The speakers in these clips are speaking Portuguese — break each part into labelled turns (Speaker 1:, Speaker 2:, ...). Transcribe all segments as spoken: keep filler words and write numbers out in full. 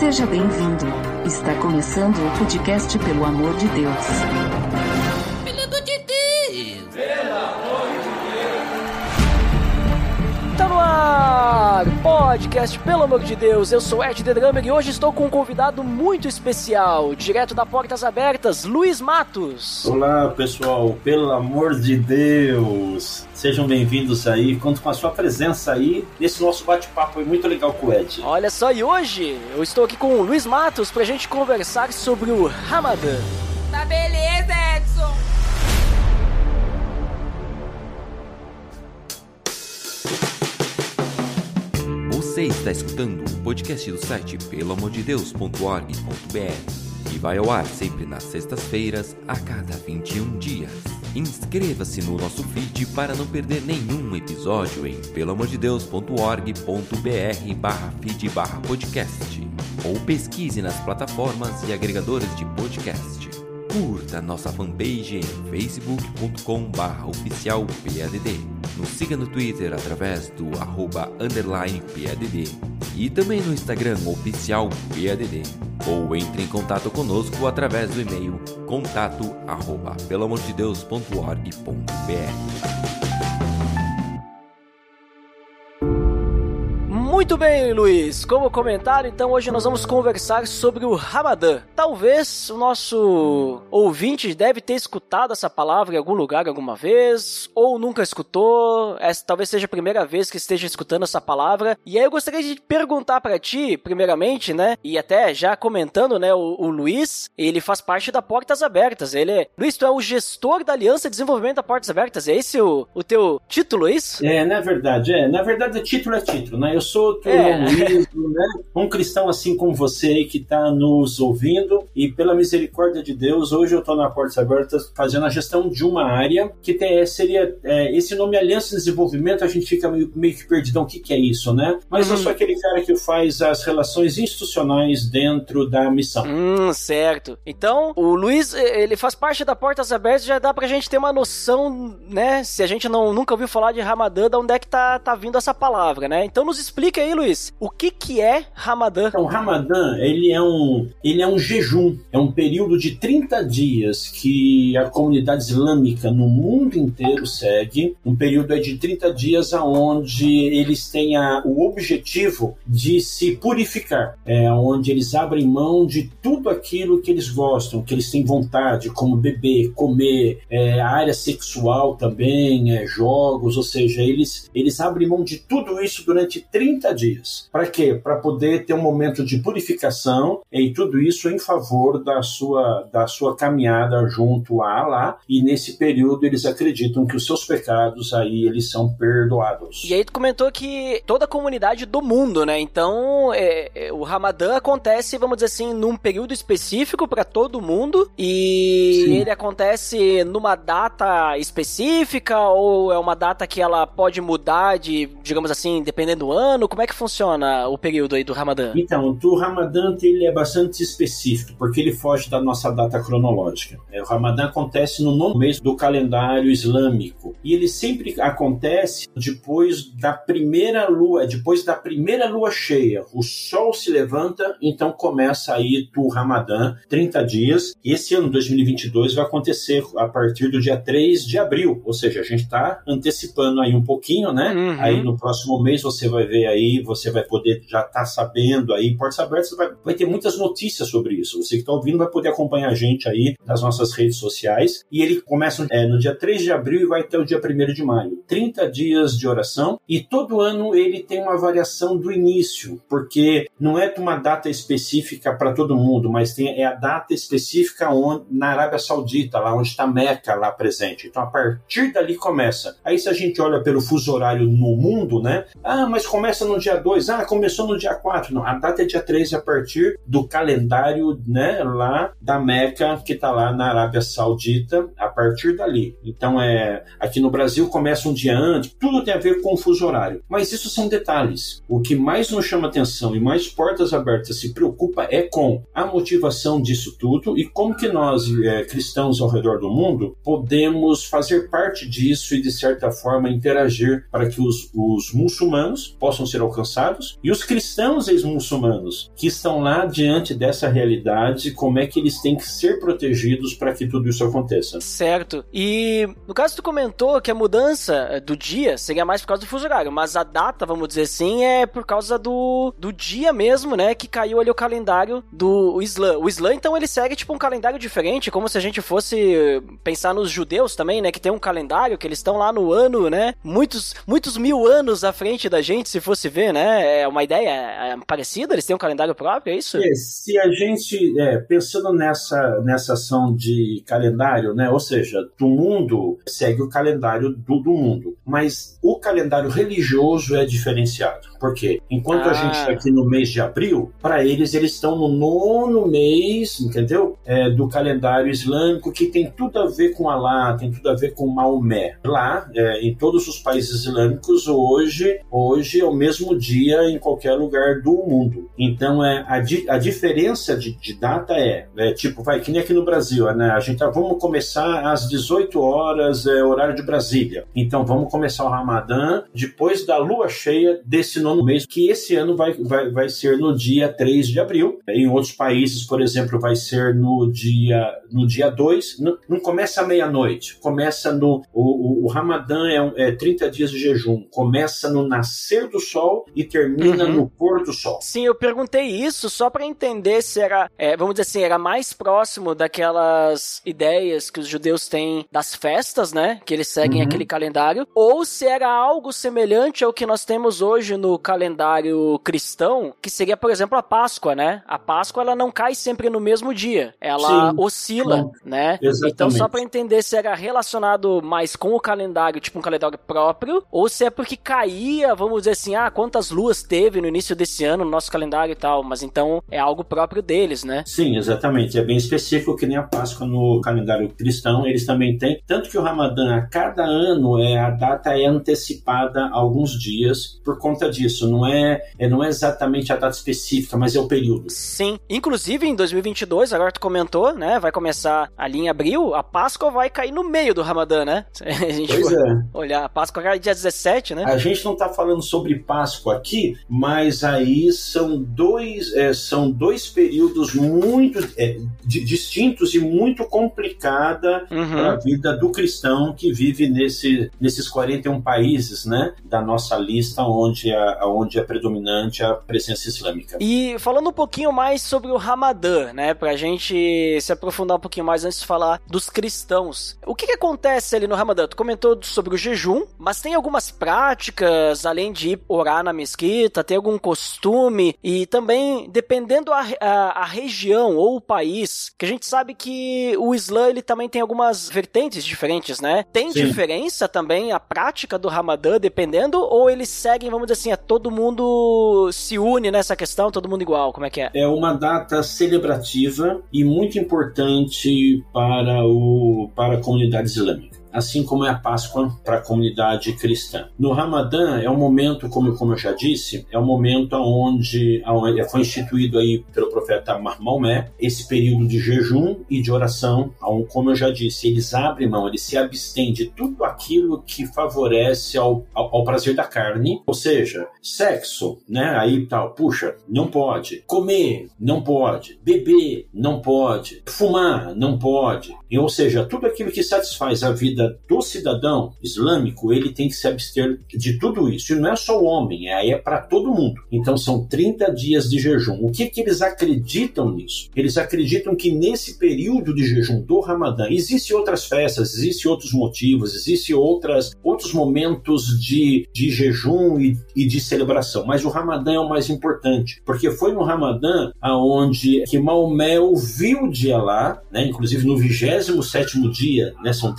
Speaker 1: Seja bem-vindo. Está começando o podcast Pelo Amor de Deus.
Speaker 2: Pelo amor de Deus!
Speaker 3: Pelo amor de Deus!
Speaker 4: Tá no ar! Podcast Pelo Amor de Deus. Eu sou Ed The Drummer e hoje estou com um convidado muito especial, direto da Portas Abertas, Luiz Matos.
Speaker 5: Olá, pessoal. Pelo amor de Deus! Sejam bem-vindos aí, conto com a sua presença aí nesse nosso bate-papo muito legal com o Ed.
Speaker 4: Olha só, e hoje eu estou aqui com o Luiz Matos pra gente conversar sobre o Ramadã.
Speaker 2: Tá beleza, Edson!
Speaker 6: Você está escutando o podcast do site pelo amor de deus ponto org ponto b r e vai ao ar sempre nas sextas-feiras, a cada vinte e um dias. Inscreva-se no nosso feed para não perder nenhum episódio em pelo amor de deus ponto org ponto b r barra feed barra podcast ou pesquise nas plataformas e agregadores de podcast. Curta nossa fanpage em facebook ponto com barra oficial P A D D. Nos siga no Twitter através do arroba underline P A D D e também no Instagram oficial P A D D. Ou entre em contato conosco através do e-mail contato arroba pelo amor de deus ponto org ponto b r.
Speaker 4: Muito bem, Luiz. Como comentário, então hoje nós vamos conversar sobre o Ramadã. Talvez o nosso ouvinte deve ter escutado essa palavra em algum lugar alguma vez, ou nunca escutou. Essa talvez seja a primeira vez que esteja escutando essa palavra. E aí eu gostaria de perguntar para ti, primeiramente, né? E até já comentando, né? O, o Luiz, ele faz parte da Portas Abertas. Ele é... Luiz, tu é o gestor da Aliança de Desenvolvimento da Portas Abertas. É esse o, o teu título, é isso?
Speaker 5: É, na verdade, é. Na verdade, título é título, né? Eu sou
Speaker 4: É.
Speaker 5: Luiz, né? Um cristão assim como você aí que está nos ouvindo, e pela misericórdia de Deus, hoje eu estou na Portas Abertas fazendo a gestão de uma área que tem, seria é, esse nome Aliança de Desenvolvimento. A gente fica meio, meio que perdidão, o que, que é isso, né? Mas uhum. eu sou aquele cara que faz as relações institucionais dentro da missão.
Speaker 4: Hum, certo. Então, o Luiz, ele faz parte da Portas Abertas, já dá pra gente ter uma noção, né? Se a gente não, nunca ouviu falar de Ramadã, de onde é que tá, tá vindo essa palavra, né? Então nos explica aí, Luiz, o que que é Ramadã?
Speaker 5: Então, o Ramadã, ele é um, ele é um jejum, é um período de trinta dias que a comunidade islâmica no mundo inteiro segue, um período de trinta dias onde eles têm a, o objetivo de se purificar, é, onde eles abrem mão de tudo aquilo que eles gostam, que eles têm vontade, como beber, comer, é, a área sexual também, é, jogos, ou seja, eles, eles abrem mão de tudo isso durante trinta dias. Para quê? Para poder ter um momento de purificação e tudo isso em favor da sua, da sua caminhada junto a Alá, e nesse período eles acreditam que os seus pecados aí eles são perdoados.
Speaker 4: E aí tu comentou que toda a comunidade do mundo, né? Então é, é, o Ramadã acontece, vamos dizer assim, num período específico para todo mundo, e Sim. ele acontece numa data específica, ou é uma data que ela pode mudar de, digamos assim, dependendo do ano? Como é que funciona o período aí do Ramadã?
Speaker 5: Então, o Ramadã ele é bastante específico, porque ele foge da nossa data cronológica. O Ramadã acontece no nono mês do calendário islâmico, e ele sempre acontece depois da primeira lua, depois da primeira lua cheia. O sol se levanta, então começa aí o Ramadã, trinta dias. Esse ano, dois mil e vinte e dois, vai acontecer a partir do dia três de abril, ou seja, a gente está antecipando aí um pouquinho, né? Uhum. Aí no próximo mês você vai ver aí, você vai poder já estar tá sabendo aí, Portas Abertas vai, vai ter muitas notícias sobre isso. Você que está ouvindo vai poder acompanhar a gente aí nas nossas redes sociais, e ele começa é, no dia três de abril e vai até o dia primeiro de maio. trinta dias de oração, e todo ano ele tem uma variação do início, porque não é uma data específica para todo mundo, mas tem, é a data específica onde, na Arábia Saudita, lá onde está Meca lá presente. Então a partir dali começa. Aí se a gente olha pelo fuso horário no mundo, né? Ah, mas começa no dia dois, ah, começou no dia quatro. Não, a data é dia três a partir do calendário, né, né, lá da Meca, que está lá na Arábia Saudita, a partir dali. Então, é, aqui no Brasil começa um dia antes, tudo tem a ver com o fuso horário. Mas isso são detalhes. O que mais nos chama atenção e mais portas abertas se preocupa é com a motivação disso tudo e como que nós, é, cristãos ao redor do mundo, podemos fazer parte disso e, de certa forma, interagir para que os, os muçulmanos possam ser alcançados e os cristãos ex-muçulmanos que estão lá diante dessa realidade, como é que eles têm que ser protegidos para que tudo isso aconteça.
Speaker 4: Certo. E, no caso, tu comentou que a mudança do dia seria mais por causa do fuso horário, mas a data, vamos dizer assim, é por causa do, do dia mesmo, né, que caiu ali o calendário do Islã. O Islã, então, ele segue, tipo, um calendário diferente, como se a gente fosse pensar nos judeus também, né, que tem um calendário, que eles estão lá no ano, né, muitos, muitos mil anos à frente da gente, se fosse ver, né, é uma ideia parecida, eles têm um calendário próprio, é isso?
Speaker 5: É, se a gente, é, pensando nessa, nessa ação de calendário, né, ou seja, do mundo segue o calendário do, do mundo, mas o calendário religioso é diferenciado. Por quê? Enquanto ah. a gente está aqui no mês de abril, para eles, eles estão no nono mês, entendeu? É, do calendário islâmico, que tem tudo a ver com Alá, tem tudo a ver com Maomé. Lá, é, em todos os países islâmicos, hoje, hoje é o mesmo dia em qualquer lugar do mundo. Então, é, a, di, a diferença de, de data é, é, tipo, vai, que nem aqui no Brasil, né? A gente tá, vamos começar às dezoito horas, é, horário de Brasília. Então, vamos começar o Ramadã depois da lua cheia desse nono mês, que esse ano vai, vai, vai ser no dia três de abril. Em outros países, por exemplo, vai ser no dia, no dia dois. Não, não começa à meia-noite, começa no... O, o, o Ramadã é, é trinta dias de jejum. Começa no nascer do sol e termina uhum. no pôr do sol.
Speaker 4: Sim, eu perguntei isso só para entender se era, é, vamos dizer assim, era mais próximo daquelas ideias que os judeus têm das festas, né? Que eles seguem uhum. aquele calendário, ou se era algo semelhante ao que nós temos hoje no calendário cristão, que seria, por exemplo, a Páscoa, né? A Páscoa, ela não cai sempre no mesmo dia. Ela Sim. oscila, Sim. né?
Speaker 5: Exatamente.
Speaker 4: Então, só para entender se era relacionado mais com o calendário, tipo um calendário próprio, ou se é porque caía, vamos dizer assim, ah, quantas luas teve no início desse ano no nosso calendário e tal, mas então é algo próprio deles, né?
Speaker 5: Sim, exatamente. É bem específico, que nem a Páscoa no calendário cristão, eles também têm. Tanto que o Ramadã, a cada ano, é, a data é antecipada alguns dias por conta disso. Não é, é, não é exatamente a data específica, mas é o período.
Speaker 4: Sim. Inclusive, em dois mil e vinte e dois, agora tu comentou, né? Vai começar ali em abril, a Páscoa vai cair no meio do Ramadã, né? A gente
Speaker 5: pois é.
Speaker 4: olhar, a Páscoa cai dia dezessete, né?
Speaker 5: A gente não tá falando sobre Páscoa aqui, mas aí são dois, é, são dois períodos muito é, d- distintos e muito complicada uhum. para a vida do cristão que vive nesse, nesses quarenta e um países, né, da nossa lista, onde é, onde é predominante a presença islâmica.
Speaker 4: E falando um pouquinho mais sobre o Ramadã, né, pra gente se aprofundar um pouquinho mais antes de falar dos cristãos. O que que acontece ali no Ramadã? Tu comentou sobre o jejum, mas tem algumas práticas, além de ir orar na mesquita, tem algum costume, e também, dependendo a, a, a região ou o país, que a gente sabe que o Islã, ele também tem algumas vertentes diferentes, né? Tem Sim. diferença também a prática do Ramadã, dependendo, ou eles seguem, vamos dizer assim, a todo mundo se une nessa questão, todo mundo igual, como é que é?
Speaker 5: É uma data celebrativa e muito importante para, o, para a comunidade islâmica, assim como é a Páscoa para a comunidade cristã. No Ramadã é um momento, como, como eu já disse, é um momento onde, onde foi instituído aí pelo profeta Maomé esse período de jejum e de oração, onde, como eu já disse, eles abrem mão, eles se abstêm de tudo aquilo que favorece ao, ao, ao prazer da carne, ou seja, sexo, né, aí tal, puxa, não pode, comer, não pode, beber, não pode, fumar, não pode, e, ou seja, tudo aquilo que satisfaz a vida do cidadão islâmico, ele tem que se abster de tudo isso. E não é só o homem, é, é para todo mundo. Então são trinta dias de jejum. O que que eles acreditam nisso? Eles acreditam que nesse período de jejum do Ramadã existem outras festas, existem outros motivos, existem outras, outros momentos de, de jejum e, e de celebração. Mas o Ramadã é o mais importante, porque foi no Ramadã aonde que Maomé ouviu de Alá, né, inclusive no vigésimo sétimo dia, né, são trinta dias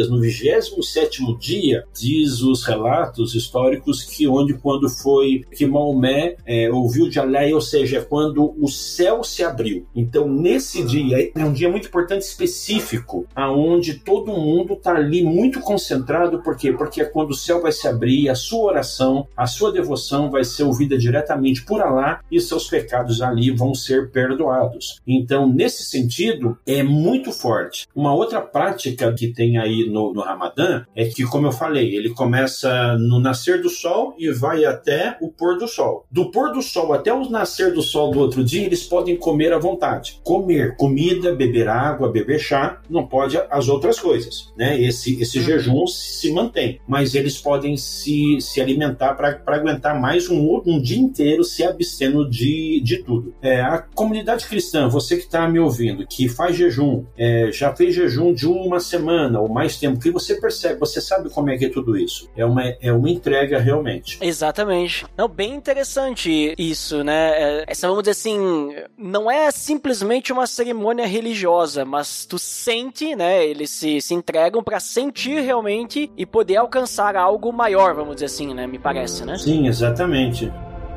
Speaker 5: dias, no vigésimo sétimo dia, diz os relatos históricos que onde quando foi que Maomé é, ouviu de Allah, ou seja, quando o céu se abriu. Então, nesse dia, é um dia muito importante, específico, aonde todo mundo está ali muito concentrado. Por quê? Porque é quando o céu vai se abrir, a sua oração, a sua devoção vai ser ouvida diretamente por Allah e seus pecados ali vão ser perdoados. Então, nesse sentido, é muito forte. Uma outra prática que tem aí no, no Ramadã é que, como eu falei, ele começa no nascer do sol e vai até o pôr do sol. Do pôr do sol até o nascer do sol do outro dia, eles podem comer à vontade. Comer comida, beber água, beber chá, não pode as outras coisas, né? Esse, esse jejum se mantém, mas eles podem se, se alimentar para aguentar mais um, um dia inteiro se abstendo de, de tudo. É, a comunidade cristã, você que está me ouvindo, que faz jejum, é, já fez jejum de uma semana ou mais tempo, que você percebe, você sabe como é que é tudo isso. É uma, é uma entrega realmente.
Speaker 4: Exatamente. Não, bem interessante isso, né? Essa, vamos dizer assim, não é simplesmente uma cerimônia religiosa, mas tu sente, né? Eles se, se entregam para sentir realmente e poder alcançar algo maior, vamos dizer assim, né? Me parece, né?
Speaker 5: Sim, exatamente.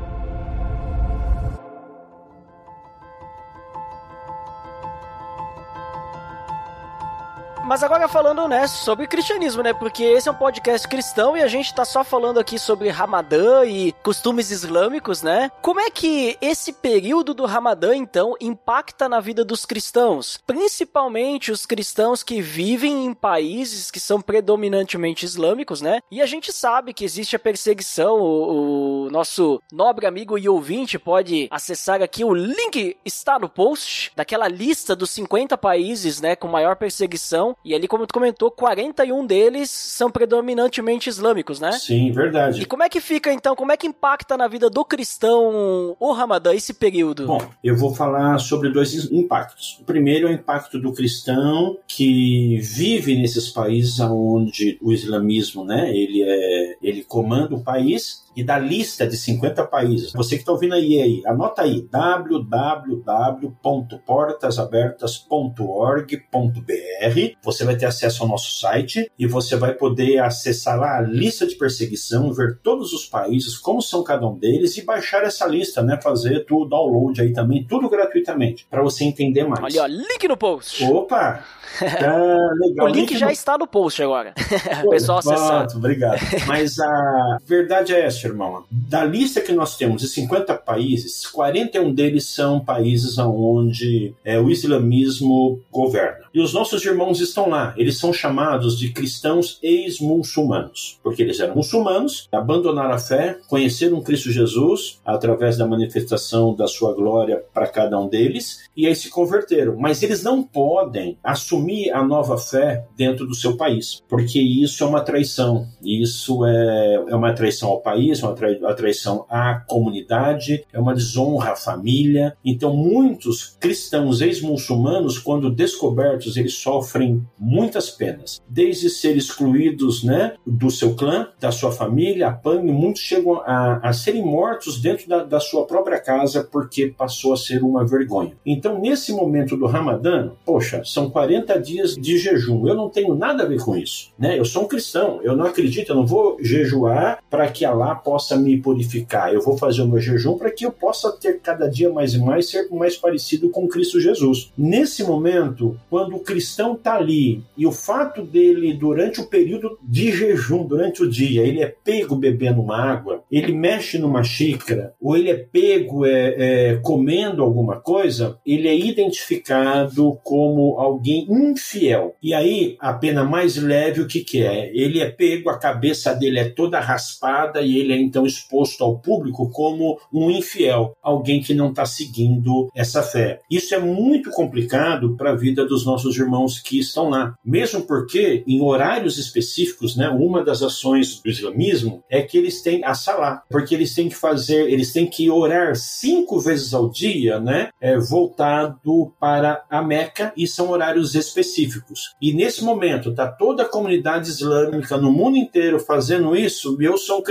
Speaker 4: Mas agora falando, né, sobre cristianismo, né, porque esse é um podcast cristão e a gente tá só falando aqui sobre Ramadã e costumes islâmicos, né? Como é que esse período do Ramadã, então, impacta na vida dos cristãos? Principalmente os cristãos que vivem em países que são predominantemente islâmicos, né? E a gente sabe que existe a perseguição, o, o nosso nobre amigo e ouvinte pode acessar aqui, o link está no post, daquela lista dos cinquenta países, né, com maior perseguição. E ali, como tu comentou, quarenta e um deles são predominantemente islâmicos, né?
Speaker 5: Sim, verdade.
Speaker 4: E como é que fica, então, como é que impacta na vida do cristão o Ramadã, esse período?
Speaker 5: Bom, eu vou falar sobre dois impactos. O primeiro é o impacto do cristão que vive nesses países onde o islamismo, né, ele, é, ele comanda o país. E da lista de cinquenta países, você que está ouvindo aí, aí, anota aí, w w w ponto portas abertas ponto org ponto b r. Você vai ter acesso ao nosso site e você vai poder acessar lá a lista de perseguição, ver todos os países, como são cada um deles e baixar essa lista, né? Fazer o download aí também, tudo gratuitamente, para você entender mais.
Speaker 4: Olha, ó, link no post.
Speaker 5: Opa! Tá legal.
Speaker 4: O link, link já no... está no post agora. O pessoal acessar.
Speaker 5: Obrigado. Mas a verdade é essa, irmão. Da lista que nós temos de cinquenta países, quarenta e um deles são países onde é, o islamismo governa. E os nossos irmãos estão lá. Eles são chamados de cristãos ex-muçulmanos, porque eles eram muçulmanos, abandonaram a fé, conheceram Cristo Jesus através da manifestação da sua glória para cada um deles, e aí se converteram. Mas eles não podem assumir a nova fé dentro do seu país, porque isso é uma traição. Isso é, é uma traição ao país, uma trai, uma traição à comunidade, é uma desonra à família. Então, muitos cristãos ex-muçulmanos, quando descobertos, eles sofrem muitas penas, desde ser excluídos, né, do seu clã, da sua família, apanham, muitos chegam a, a serem mortos dentro da, da sua própria casa porque passou a ser uma vergonha. Então, nesse momento do Ramadã, poxa, são quarenta dias de jejum. Eu não tenho nada a ver com isso, né? Eu sou um cristão, eu não acredito, eu não vou jejuar para que Allah possa me purificar. Eu vou fazer o meu jejum para que eu possa ter cada dia mais e mais, ser mais parecido com Cristo Jesus. Nesse momento, quando o cristão está ali e o fato dele, durante o período de jejum, durante o dia, ele é pego bebendo uma água, ele mexe numa xícara, ou ele é pego é, é, comendo alguma coisa, ele é identificado como alguém infiel. E aí, a pena mais leve, o que que é? Ele é pego, a cabeça dele é toda raspada e ele é então exposto ao público como um infiel, alguém que não está seguindo essa fé. Isso é muito complicado para a vida dos nossos irmãos que estão lá. Mesmo porque, em horários específicos, né, uma das ações do islamismo é que eles têm a salá, porque eles têm que fazer, eles têm que orar cinco vezes ao dia, né, é, voltado para a Meca, e são horários específicos. E nesse momento, está toda a comunidade islâmica no mundo inteiro fazendo isso, e eu sou um cristão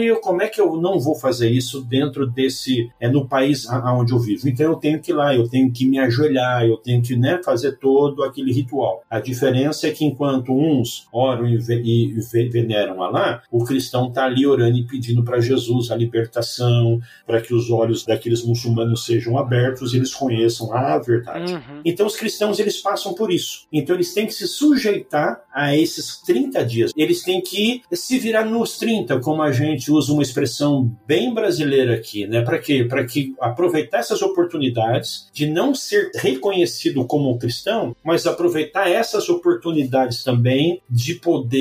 Speaker 5: eu, como é que eu não vou fazer isso dentro desse, é, no país onde eu vivo? Então eu tenho que ir lá, eu tenho que me ajoelhar, eu tenho que, né, fazer todo aquele ritual. A diferença é que enquanto uns oram e, e, e veneram Alá, o cristão está ali orando e pedindo para Jesus a libertação, para que os olhos daqueles muçulmanos sejam abertos e eles conheçam a verdade. Uhum. Então os cristãos, eles passam por isso. Então eles têm que se sujeitar a esses trinta dias. Eles têm que se virar nos trinta, como a gente usa uma expressão bem brasileira aqui, né? Para quê? Para que aproveitar essas oportunidades de não ser reconhecido como cristão, mas aproveitar essas oportunidades também de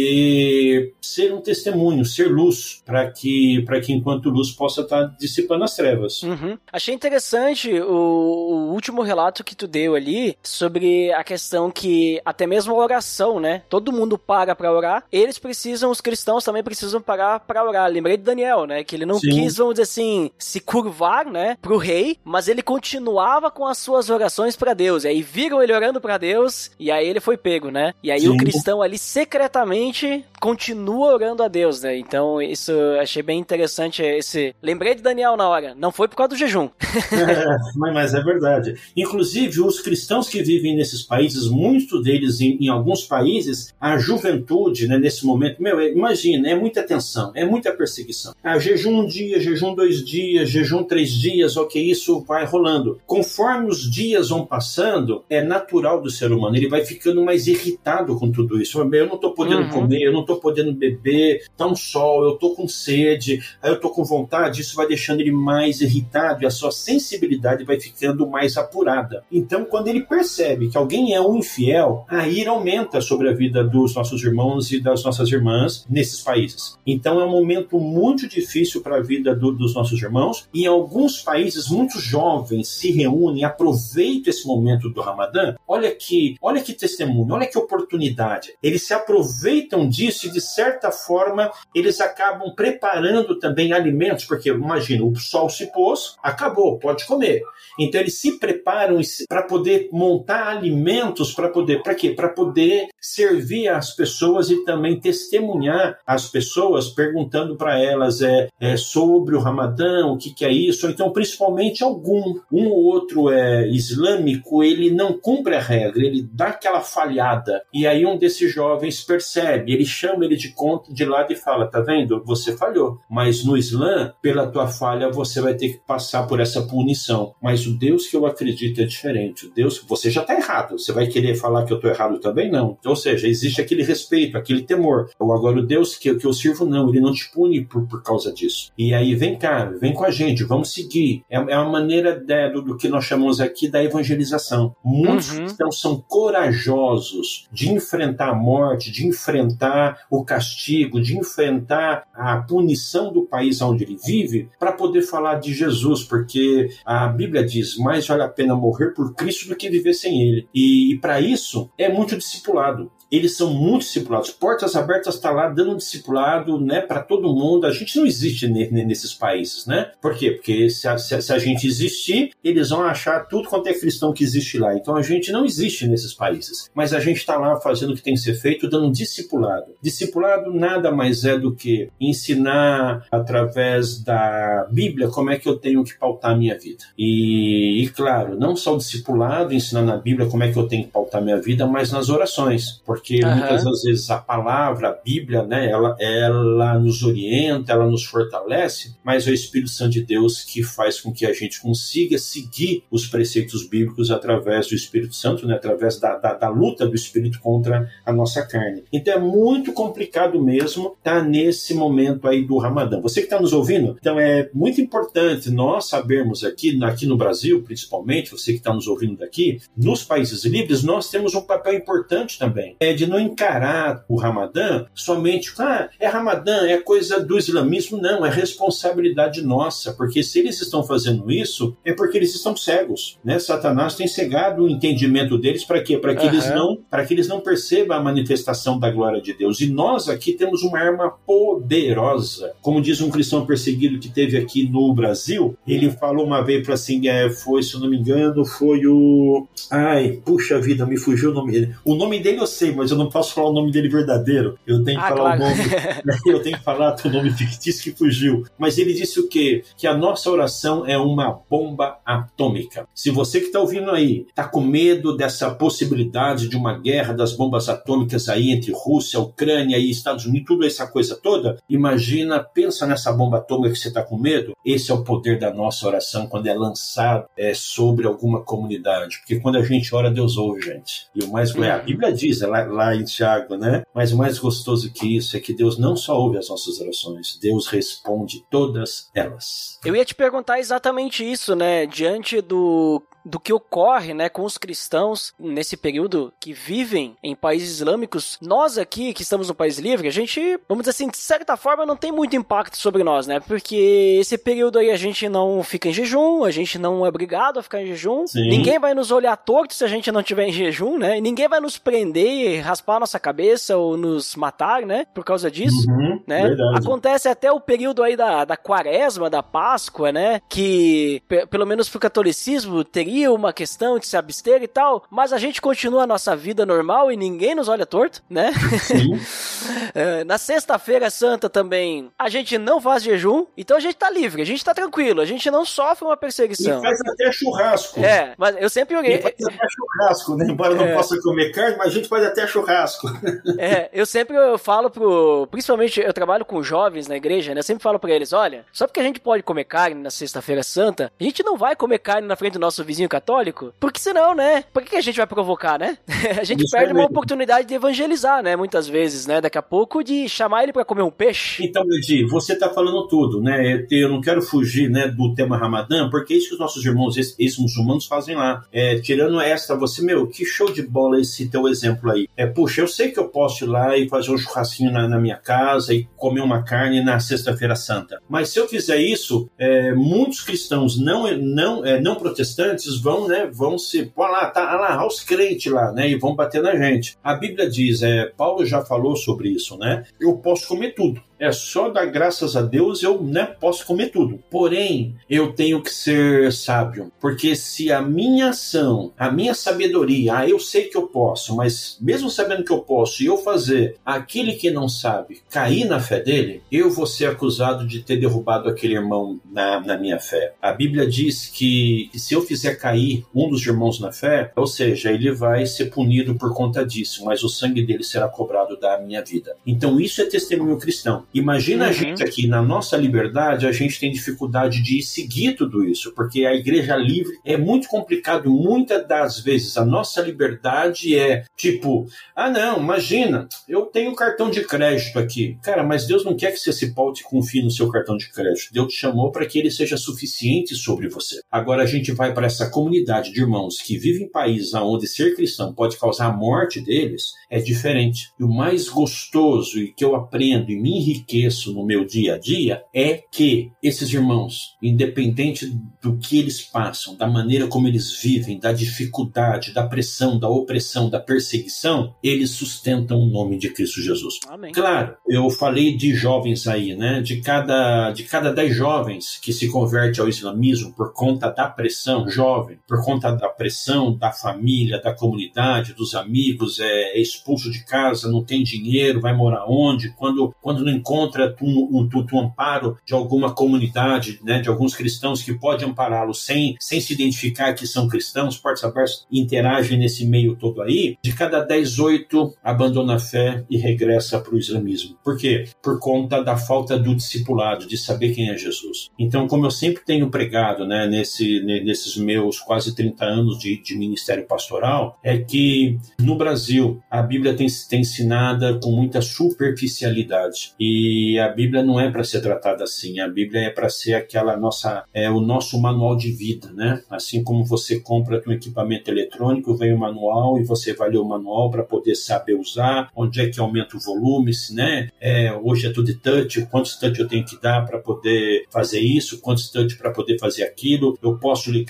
Speaker 5: poder ser um testemunho, ser luz, para que, para que enquanto luz possa estar dissipando as trevas.
Speaker 4: Uhum. Achei interessante o, o último relato que tu deu ali sobre a questão que até mesmo a oração, né? Todo mundo para para orar, eles precisam, os cristãos também precisam parar para orar. Lembrei de Daniel, né? Que ele não Sim. quis, vamos dizer assim, se curvar, né, pro rei, mas ele continuava com as suas orações para Deus. E aí viram ele orando para Deus e aí ele foi pego, né? E aí Sim. o cristão ali secretamente continua orando a Deus, né? Então isso achei bem interessante esse... Lembrei de Daniel na hora, não foi por causa do jejum.
Speaker 5: é, mas é verdade. Inclusive os cristãos que vivem nesses países, muitos deles em, em alguns países, a juventude, né, nesse momento, meu, é, imagina, é muita tensão, é muita perseguição. Ah, jejum um dia, jejum dois dias, jejum três dias, ok, isso vai rolando. Conforme os dias vão passando, é natural do ser humano, ele vai ficando mais irritado com tudo isso. Eu não tô podendo uhum. comer, eu não tô podendo beber, tá um sol, eu tô com sede, aí eu tô com vontade, isso vai deixando ele mais irritado e a sua sensibilidade vai ficando mais apurada. Então, quando ele percebe que alguém é um infiel, a ira aumenta sobre a vida dos nossos irmãos e das nossas irmãs nesses países. Então, é um momento muito difícil para a vida do, dos nossos irmãos, e em alguns países, muitos jovens se reúnem, aproveitam esse momento do Ramadã. Olha que, olha que testemunho, olha que oportunidade. Eles se aproveitam disso e, de certa forma, eles acabam preparando também alimentos, porque, imagina, o sol se pôs, acabou, pode comer. Então, eles se preparam para poder montar alimentos, para poder, para quê? Para poder servir as pessoas e também testemunhar as pessoas, perguntando para elas é, é, sobre o Ramadã, o que, que é isso. Então, principalmente algum, um ou outro é, islâmico, ele não cumpre a regra, ele dá aquela falhada. E aí um desses jovens percebe, ele chama ele de conta de lado e fala, tá vendo? Você falhou, mas no Islã, pela tua falha, você vai ter que passar por essa punição. Mas o Deus que eu acredito é diferente. O Deus, você já está errado. Você vai querer falar que eu estou errado também? Não. Ou seja, existe aquele respeito, aquele temor. Ou agora o Deus que, que eu sirvo, não. Ele não te pune por, por causa disso. E aí, vem cá, vem com a gente, vamos seguir. É, é uma maneira de, do, do que nós chamamos aqui da evangelização. Muitos uhum. cristãos são corajosos de enfrentar a morte, de enfrentar o castigo, de enfrentar a punição do país onde ele vive, para poder falar de Jesus, porque a Bíblia diz, mais vale a pena morrer por Cristo do que viver sem ele. E, e para isso, é muito discipulado. Eles são muito discipulados. Portas Abertas está lá dando discipulado, né, para todo mundo. A gente não existe nesses países, né? Por quê? Porque se a, se a gente existir, eles vão achar tudo quanto é cristão que existe lá. Então a gente não existe nesses países. Mas a gente está lá fazendo o que tem que ser feito, dando discipulado. Discipulado nada mais é do que ensinar através da Bíblia como é que eu tenho que pautar a minha vida. E, e claro, não só o discipulado, ensinar na Bíblia como é que eu tenho que pautar a minha vida, mas nas orações. Porque Porque uhum. muitas das vezes a palavra, a Bíblia, né, ela, ela nos orienta, ela nos fortalece, mas é o Espírito Santo de Deus que faz com que a gente consiga seguir os preceitos bíblicos através do Espírito Santo, né, através da, da, da luta do Espírito contra a nossa carne. Então é muito complicado mesmo estar nesse momento aí do Ramadã. Você que está nos ouvindo, então é muito importante nós sabermos aqui, aqui no Brasil, principalmente, você que está nos ouvindo daqui, nos países livres, nós temos um papel importante também. É de não encarar o Ramadã somente, ah, é Ramadã, é coisa do islamismo. Não, é responsabilidade nossa, porque se eles estão fazendo isso, é porque eles estão cegos, né? Satanás tem cegado o entendimento deles para quê? Para que, uhum. eles não, para que eles não percebam a manifestação da glória de Deus. E nós aqui temos uma arma poderosa. Como diz um cristão perseguido que teve aqui no Brasil, ele falou uma vez para assim, é, foi, se eu não me engano, foi o... Ai, puxa vida, me fugiu o nome dele. O nome dele eu sei, sei, mas eu não posso falar o nome dele verdadeiro. Eu tenho que
Speaker 4: ah,
Speaker 5: falar
Speaker 4: claro.
Speaker 5: o nome. Eu tenho que falar o nome fictício que fugiu. Mas ele disse o quê? Que a nossa oração é uma bomba atômica. Se você que está ouvindo aí está com medo dessa possibilidade de uma guerra das bombas atômicas aí entre Rússia, Ucrânia e Estados Unidos, tudo essa coisa toda, imagina, pensa nessa bomba atômica que você está com medo. Esse é o poder da nossa oração quando é lançado é, sobre alguma comunidade. Porque quando a gente ora, Deus ouve, gente. E o mais, a Bíblia diz, é lá, lá em Tiago, né? Mas o mais gostoso que isso é que Deus não só ouve as nossas orações, Deus responde todas elas.
Speaker 4: Eu ia te perguntar exatamente isso, né? Diante do... do que ocorre, né, com os cristãos nesse período que vivem em países islâmicos, nós aqui, que estamos no país livre, a gente, vamos dizer assim, de certa forma não tem muito impacto sobre nós, né, porque esse período aí a gente não fica em jejum, a gente não é obrigado a ficar em jejum, Sim. ninguém vai nos olhar torto se a gente não estiver em jejum, né, e ninguém vai nos prender, raspar a nossa cabeça ou nos matar, né, por causa disso,
Speaker 5: uhum,
Speaker 4: né,
Speaker 5: verdade.
Speaker 4: Acontece até o período aí da, da quaresma, da Páscoa, né, que p- pelo menos pro catolicismo teria uma questão de se abster e tal, mas a gente continua a nossa vida normal e ninguém nos olha torto, né?
Speaker 5: Sim.
Speaker 4: Na sexta-feira santa também a gente não faz jejum, então a gente tá livre, a gente tá tranquilo, a gente não sofre uma perseguição.
Speaker 5: E faz até churrasco.
Speaker 4: É, mas eu sempre orei.
Speaker 5: E faz até churrasco, né? Embora não é. possa comer carne, mas a gente faz até churrasco.
Speaker 4: É, eu sempre eu falo pro... Principalmente eu trabalho com jovens na igreja, né? Eu sempre falo pra eles, olha, só porque a gente pode comer carne na sexta-feira santa, a gente não vai comer carne na frente do nosso vizinho católico, porque senão, né? Por que a gente vai provocar, né? A gente Isso perde é uma oportunidade de evangelizar, né? Muitas vezes, né? Daqui a pouco de chamar ele pra comer um peixe.
Speaker 5: Então, Edi, você tá falando tudo, né? Eu não quero fugir, né, do tema Ramadã, porque é isso que os nossos irmãos, esses muçulmanos fazem lá. É, tirando essa, você, meu, que show de bola esse teu exemplo aí. É, puxa, eu sei que eu posso ir lá e fazer um churrasquinho na, na minha casa e comer uma carne na sexta-feira santa. Mas se eu fizer isso, é, muitos cristãos não, não, é, não protestantes vão, né, vão se, pô lá, tá lá, os crentes lá, né, e vão bater na gente. A Bíblia diz, é, Paulo já falou sobre isso, né, eu posso comer tudo. É só dar graças a Deus, eu, né, posso comer tudo. Porém, eu tenho que ser sábio, porque se a minha ação, a minha sabedoria, ah, eu sei que eu posso, mas mesmo sabendo que eu posso, e eu fazer aquele que não sabe cair na fé dele, eu vou ser acusado de ter derrubado aquele irmão na, na minha fé. A Bíblia diz que, que se eu fizer cair um dos irmãos na fé, ou seja, ele vai ser punido por conta disso, mas o sangue dele será cobrado da minha vida. Então isso é testemunho cristão. Imagina uhum. a gente aqui, na nossa liberdade, a gente tem dificuldade de seguir tudo isso, porque a igreja livre é muito complicado. Muitas das vezes a nossa liberdade é tipo, ah não, imagina, eu tenho cartão de crédito aqui. Cara, mas Deus não quer que você se paute e confie no seu cartão de crédito. Deus te chamou para que ele seja suficiente sobre você. Agora a gente vai para essa comunidade de irmãos que vivem em países onde ser cristão pode causar a morte deles, é diferente. E o mais gostoso e que eu aprendo e me enriqueço no meu dia a dia é que esses irmãos, independente do que eles passam, da maneira como eles vivem, da dificuldade, da pressão, da opressão, da perseguição, eles sustentam o nome de Cristo Jesus.
Speaker 4: Amém.
Speaker 5: Claro, eu falei de jovens aí, né? De cada, de cada dez jovens que se converte ao islamismo por conta da pressão, jovem, por conta da pressão da família, da comunidade, dos amigos, é, é expulso de casa, não tem dinheiro, vai morar onde? Quando, quando não encontra um, um, um, um amparo de alguma comunidade, né, de alguns cristãos que pode ampará-lo sem, sem se identificar que são cristãos, portas abertas, interagem nesse meio todo aí, de cada dez, oito abandona a fé e regressa para o islamismo. Por quê? Por conta da falta do discipulado, de saber quem é Jesus. Então, como eu sempre tenho pregado, né, nesse, nesses meus quase trinta anos de, de ministério pastoral, é que no Brasil a Bíblia tem, tem ensinada com muita superficialidade. E a Bíblia não é para ser tratada assim. A Bíblia é para ser aquela nossa, é o nosso manual de vida, né? Assim como você compra um equipamento eletrônico, vem o manual e você vai ler o manual para poder saber usar, onde é que aumenta o volume, né? É, hoje é tudo touch, quantos touch eu tenho que dar para poder fazer isso, quantos touch para poder fazer aquilo, eu posso ligar, é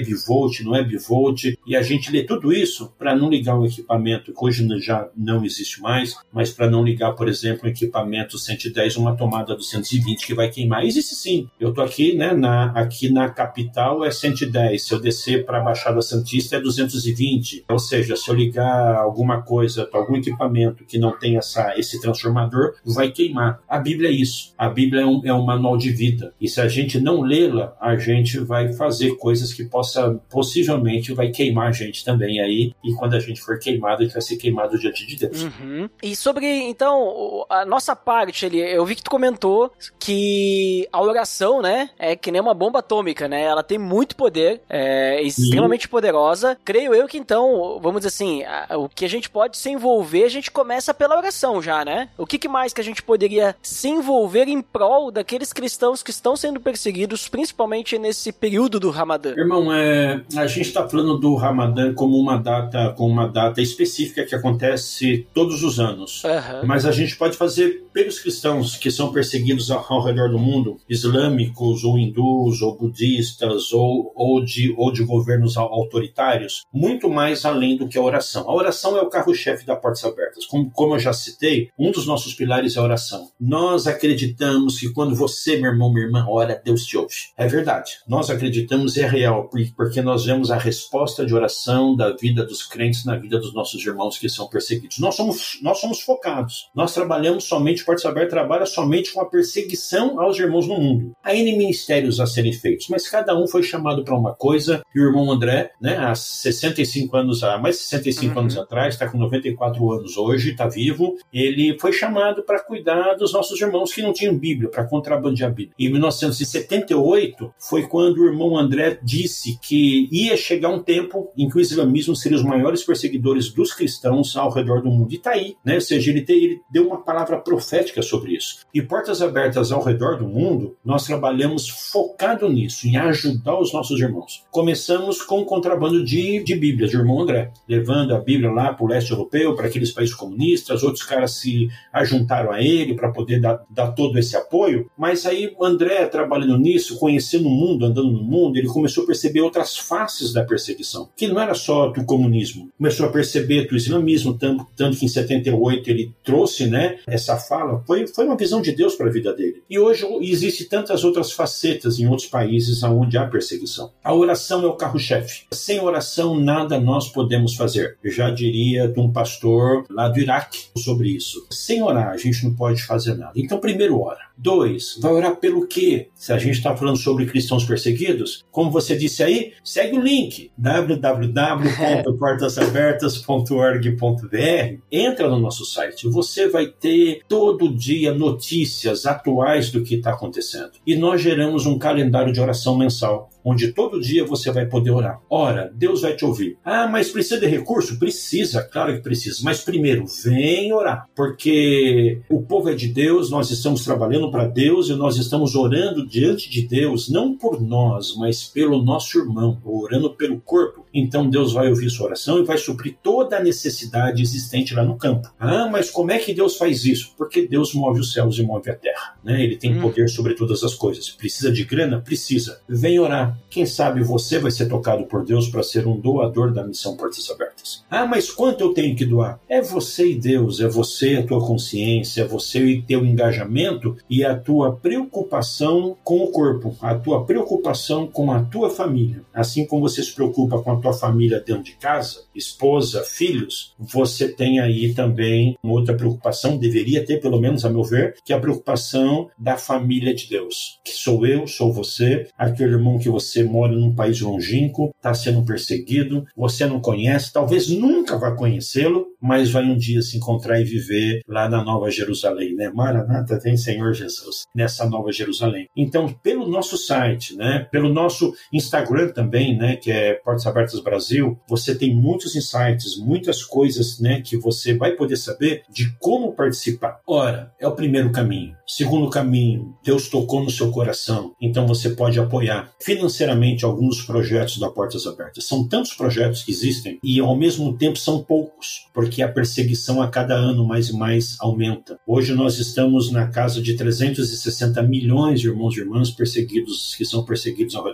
Speaker 5: bivolt, não é bivolt, e a gente lê tudo isso para não ligar um equipamento que hoje já não existe mais, mas para não ligar, por exemplo, um equipamento cento e dez, uma tomada duzentos e vinte que vai queimar. Existe sim. Eu estou aqui, né, na, aqui na capital é cento e dez, se eu descer para a Baixada Santista é duzentos e vinte, ou seja, se eu ligar alguma coisa, algum equipamento que não tem essa, esse transformador, vai queimar. A Bíblia é isso. A Bíblia é um, é um manual de vida. E se a gente não lê-la, a gente vai fazer coisas que possa, possivelmente vai queimar a gente também aí. E quando a gente for queimado, a gente vai ser queimado diante de Deus.
Speaker 4: Uhum. E sobre, então, a nossa parte ali, eu vi que tu comentou que a oração, né, é que nem uma bomba atômica, né? Ela tem muito poder, é extremamente Sim. poderosa. Creio eu que, então, vamos dizer assim, a, o que a gente pode se envolver, a gente começa pela oração já, né? O que, que mais que a gente poderia se envolver em prol daqueles cristãos que estão sendo perseguidos, principalmente nesse período do Ramadã?
Speaker 5: Irmão, é, a gente está falando do Ramadã como uma data, como uma data específica que acontece todos os anos. Uhum. Mas a gente pode fazer pelos cristãos que são perseguidos ao, ao redor do mundo, islâmicos ou hindus ou budistas ou, ou, de, ou de governos autoritários, muito mais além do que a oração. A oração é o carro-chefe da Portas Abertas. Como, como eu já citei, um dos nossos pilares é a oração. Nós acreditamos que quando você, meu irmão, minha irmã, ora, Deus te ouve. É verdade. Nós acreditamos e é real, porque nós vemos a resposta de oração da vida dos crentes na vida dos nossos irmãos que são perseguidos. Nós somos, nós somos focados. Nós trabalhamos somente, Portas Abertas trabalha somente com a perseguição aos irmãos no mundo. Há N ministérios a serem feitos, mas cada um foi chamado para uma coisa. E o irmão André, né, há sessenta e cinco anos, há mais de sessenta e cinco uhum. anos atrás, está com noventa e quatro anos hoje, está vivo, ele foi chamado para cuidar dos nossos irmãos que não tinham Bíblia, para contrabandear a Bíblia. Em mil novecentos e setenta e oito foi quando o irmão André disse que ia chegar um tempo em que o islamismo seria os maiores perseguidores dos cristãos ao redor do mundo. E está aí, né? Ou seja, ele, te, ele deu uma palavra profética sobre isso. E Portas Abertas ao redor do mundo, nós trabalhamos focado nisso, em ajudar os nossos irmãos. Começamos com o contrabando de, de Bíblias, do irmão André, levando a Bíblia lá para o leste europeu, para aqueles países comunistas, outros caras se ajuntaram a ele para poder dar, dar todo esse apoio, mas aí o André, trabalhando nisso, conhecendo o mundo, andando no mundo, ele começou a perceber outras faces da perseguição, que não era só do comunismo, começou a perceber do islamismo, tanto, tanto que em setenta e oito ele trouxe, né, essa fala, foi, foi uma visão de Deus para a vida dele. E hoje existe tantas outras facetas em outros países onde há perseguição. A oração é o carro-chefe. Sem oração, nada nós podemos fazer. Eu já diria de um pastor lá do Iraque sobre isso. Sem orar, a gente não pode fazer nada. Então, primeiro, ora. Dois, vai orar pelo quê? Se a gente está falando sobre cristãos perseguidos, como você disse aí, segue o link w w w ponto portas abertas ponto org ponto b r. Entra no nosso site. Você vai ter todo dia notícias atuais do que está acontecendo. E nós geramos um calendário de oração mensal, onde todo dia você vai poder orar. Ora, Deus vai te ouvir. Ah, mas precisa de recurso? Precisa, claro que precisa. Mas primeiro, vem orar. Porque o povo é de Deus, nós estamos trabalhando para Deus e nós estamos orando diante de Deus, não por nós, mas pelo nosso irmão, orando pelo corpo. Então Deus vai ouvir sua oração e vai suprir toda a necessidade existente lá no campo. Ah, mas como é que Deus faz isso? Porque Deus move os céus e move a terra, né? Ele tem hum. poder sobre todas as coisas. Precisa de grana? Precisa. Vem orar. Quem sabe você vai ser tocado por Deus para ser um doador da missão Portas Abertas. Ah, mas quanto eu tenho que doar? É você e Deus, é você e a tua consciência, é você e teu engajamento e a tua preocupação com o corpo, a tua preocupação com a tua família. Assim como você se preocupa com a tua família dentro de casa, esposa, filhos, você tem aí também uma outra preocupação, deveria ter pelo menos a meu ver, que é a preocupação da família de Deus. Que sou eu, sou você, aquele irmão que você mora num país longínquo, está sendo perseguido, você não conhece, talvez nunca vá conhecê-lo, mas vai um dia se encontrar e viver lá na Nova Jerusalém, né? Maranata, tem Senhor Jesus, nessa Nova Jerusalém. Então, pelo nosso site, né? Pelo nosso Instagram também, né? Que é Portas Abertas Brasil, você tem muitos insights, muitas coisas, né? Que você vai poder saber de como participar. Ora, é o primeiro caminho. Segundo caminho, Deus tocou no seu coração, então você pode apoiar financeiramente alguns projetos da Portas Abertas. São tantos projetos que existem e ao mesmo tempo são poucos, porque a perseguição a cada ano mais e mais aumenta. Hoje nós estamos na casa de trezentos e sessenta milhões de irmãos e irmãs perseguidos, que são perseguidos ao redor do mundo.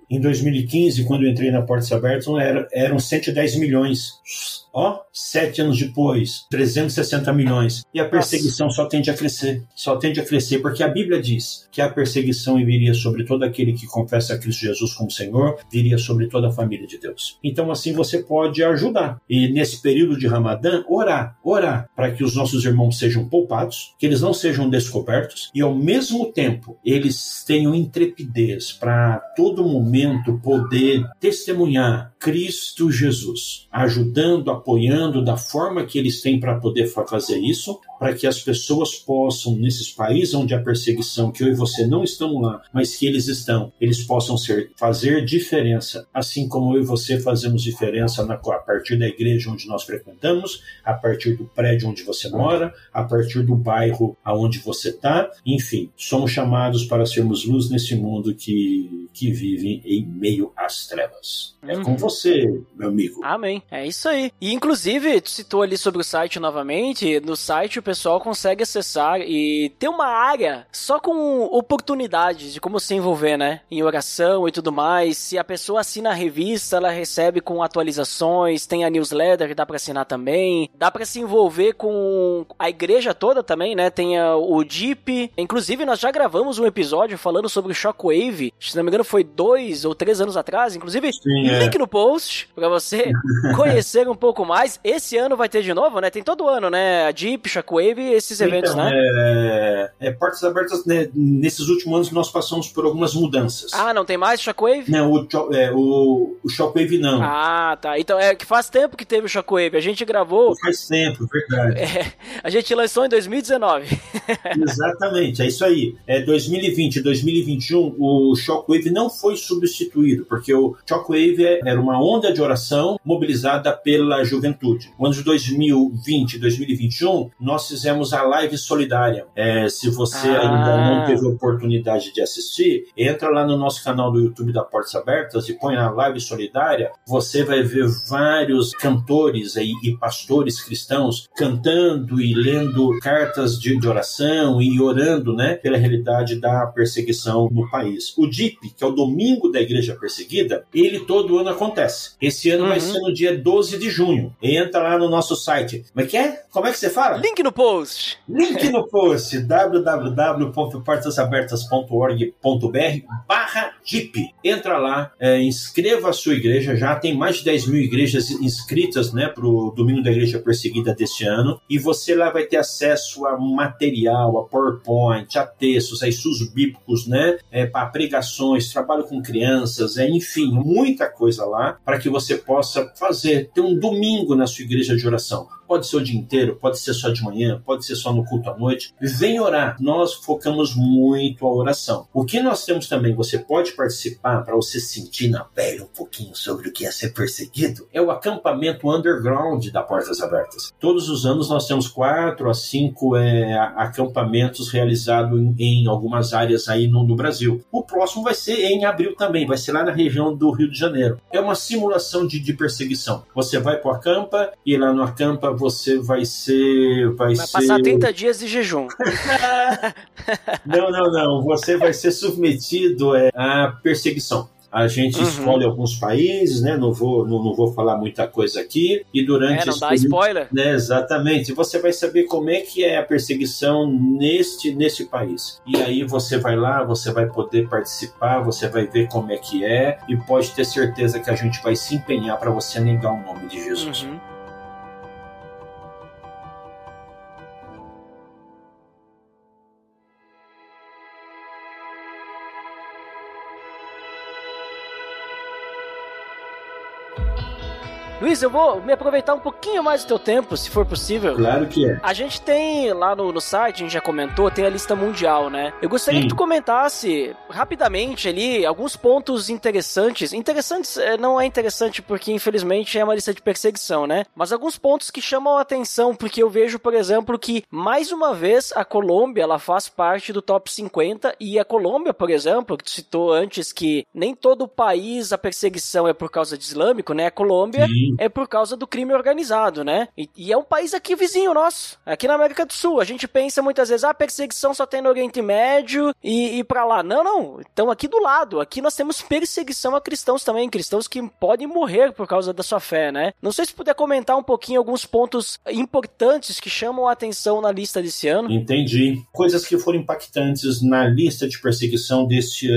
Speaker 5: em dois mil e quinze, quando eu entrei na Portas Abertas, eram, eram cento e dez milhões. Ó, sete anos depois, trezentos e sessenta milhões. E a perseguição Nossa. só tende a crescer. Só tende a crescer, porque a Bíblia diz que a perseguição viria sobre todo aquele que confessa a Cristo Jesus como Senhor, viria sobre toda a família de Deus. Então, assim, você pode ajudar. E nesse período de Ramadã, orar, orar, para que os nossos irmãos sejam poupados, que eles não sejam descobertos, e ao mesmo tempo, eles tenham intrepidez para todo momento poder testemunhar Cristo Jesus, ajudando, apoiando da forma que eles têm para poder fazer isso, para que as pessoas possam, nesses países onde há perseguição, que eu e você não estamos lá, mas que eles estão, eles possam ser, fazer diferença, assim como eu e você fazemos diferença na, a partir da igreja onde nós frequentamos, a partir do prédio onde você mora, a partir do bairro aonde você está, enfim, somos chamados para sermos luz nesse mundo que, que vive em meio às trevas. É com você, meu amigo.
Speaker 4: Amém. É isso aí. E, inclusive, tu citou ali sobre o site novamente. No site o pessoal consegue acessar e ter uma área só com oportunidades de como se envolver, né? Em oração e tudo mais. Se a pessoa assina a revista, ela recebe com atualizações. Tem a newsletter que dá pra assinar também. Dá pra se envolver com a igreja toda também, né? Tem a, o D I P. Inclusive, nós já gravamos um episódio falando sobre o Shockwave. Se não me engano, foi dois ou três anos atrás. Inclusive, Sim, é. link no post pra você conhecer um pouco mais. Esse ano vai ter de novo, né? Tem todo ano, né? A D I P, Shockwave, esses então, eventos, né?
Speaker 5: É, é, Portas Abertas, né? Nesses últimos anos nós passamos por algumas mudanças.
Speaker 4: Ah, não tem mais Shockwave?
Speaker 5: Não, o, é, o, o Shockwave não.
Speaker 4: Ah, tá. Então é que faz tempo que teve o Shockwave. A gente gravou...
Speaker 5: Faz tempo, verdade.
Speaker 4: É, a gente lançou em dois mil e dezenove.
Speaker 5: Exatamente, é isso aí. É dois mil e vinte, dois mil e vinte e um, o Shockwave não foi substituído, porque o Shockwave era uma onda de oração mobilizada pela juventude. No ano de dois mil e vinte, dois mil e vinte e um, nós fizemos a live solidária. É, se você ah. ainda não teve oportunidade de assistir, entra lá no nosso canal do YouTube da Portas Abertas e põe na live solidária. Você vai ver vários cantores aí, e pastores cristãos cantando e lendo cartas de, de oração e orando, né, pela realidade da perseguição no país. O D I P, que é o Domingo da Igreja Perseguida, ele todo ano acontece. Esse ano uhum. vai ser no dia doze de junho. Entra lá no nosso site. Como é que é? Como é que você fala?
Speaker 4: Link no post.
Speaker 5: Link no post. w w w ponto portas abertas ponto org ponto b r barra D I P. Entra lá, é, inscreva a sua igreja. Já tem mais de dez mil igrejas inscritas, né, para o Domingo da Igreja Perseguida deste ano. E você lá vai ter acesso a material, a PowerPoint, a textos, a estudos bíblicos, né, é, para pregações, trabalho com crianças, é, enfim, muita coisa lá para que você possa fazer, ter um domingo na sua igreja de oração. Pode ser o dia inteiro, pode ser só de manhã, pode ser só no culto à noite. Vem orar. Nós focamos muito a oração. O que nós temos também, você pode participar para você sentir na pele um pouquinho sobre o que é ser perseguido, é o acampamento underground da Portas Abertas. Todos os anos nós temos quatro a cinco é, acampamentos realizados em, em algumas áreas aí no, no Brasil. O próximo vai ser em abril também, vai ser lá na região do Rio de Janeiro. É uma simulação de, de perseguição. Você vai para o acampa e lá no acampa você vai ser... Vai,
Speaker 4: vai
Speaker 5: ser...
Speaker 4: passar trinta dias de jejum.
Speaker 5: Não, não, não. Você vai ser submetido é, à perseguição. A gente uhum. escolhe alguns países, né? Não vou, não, não vou falar muita coisa aqui. E durante
Speaker 4: é, não
Speaker 5: esse
Speaker 4: dá
Speaker 5: período,
Speaker 4: spoiler.
Speaker 5: Né, exatamente. Você vai saber como é que é a perseguição neste, neste país. E aí você vai lá, você vai poder participar, você vai ver como é que é. E pode ter certeza que a gente vai se empenhar para você negar o nome de Jesus.
Speaker 4: Uhum. Luiz, eu vou me aproveitar um pouquinho mais do teu tempo, se for possível.
Speaker 5: Claro que é.
Speaker 4: A gente tem lá no, no site, a gente já comentou, tem a lista mundial, né? Eu gostaria Sim. que tu comentasse rapidamente ali alguns pontos interessantes. Interessantes não é interessante porque, infelizmente, é uma lista de perseguição, né? Mas alguns pontos que chamam a atenção, porque eu vejo, por exemplo, que, mais uma vez, a Colômbia, ela faz parte do top cinquenta, e a Colômbia, por exemplo, que tu citou antes que nem todo o país a perseguição é por causa de islâmico, né? A Colômbia... Sim. é por causa do crime organizado, né? E, e é um país aqui vizinho nosso, aqui na América do Sul. A gente pensa muitas vezes, ah, a perseguição só tem no Oriente Médio e, e pra lá. Não, não, estão aqui do lado. Aqui nós temos perseguição a cristãos também, cristãos que podem morrer por causa da sua fé, né? Não sei se puder comentar um pouquinho alguns pontos importantes que chamam a atenção na lista desse ano.
Speaker 5: Entendi. Coisas que foram impactantes na lista de perseguição deste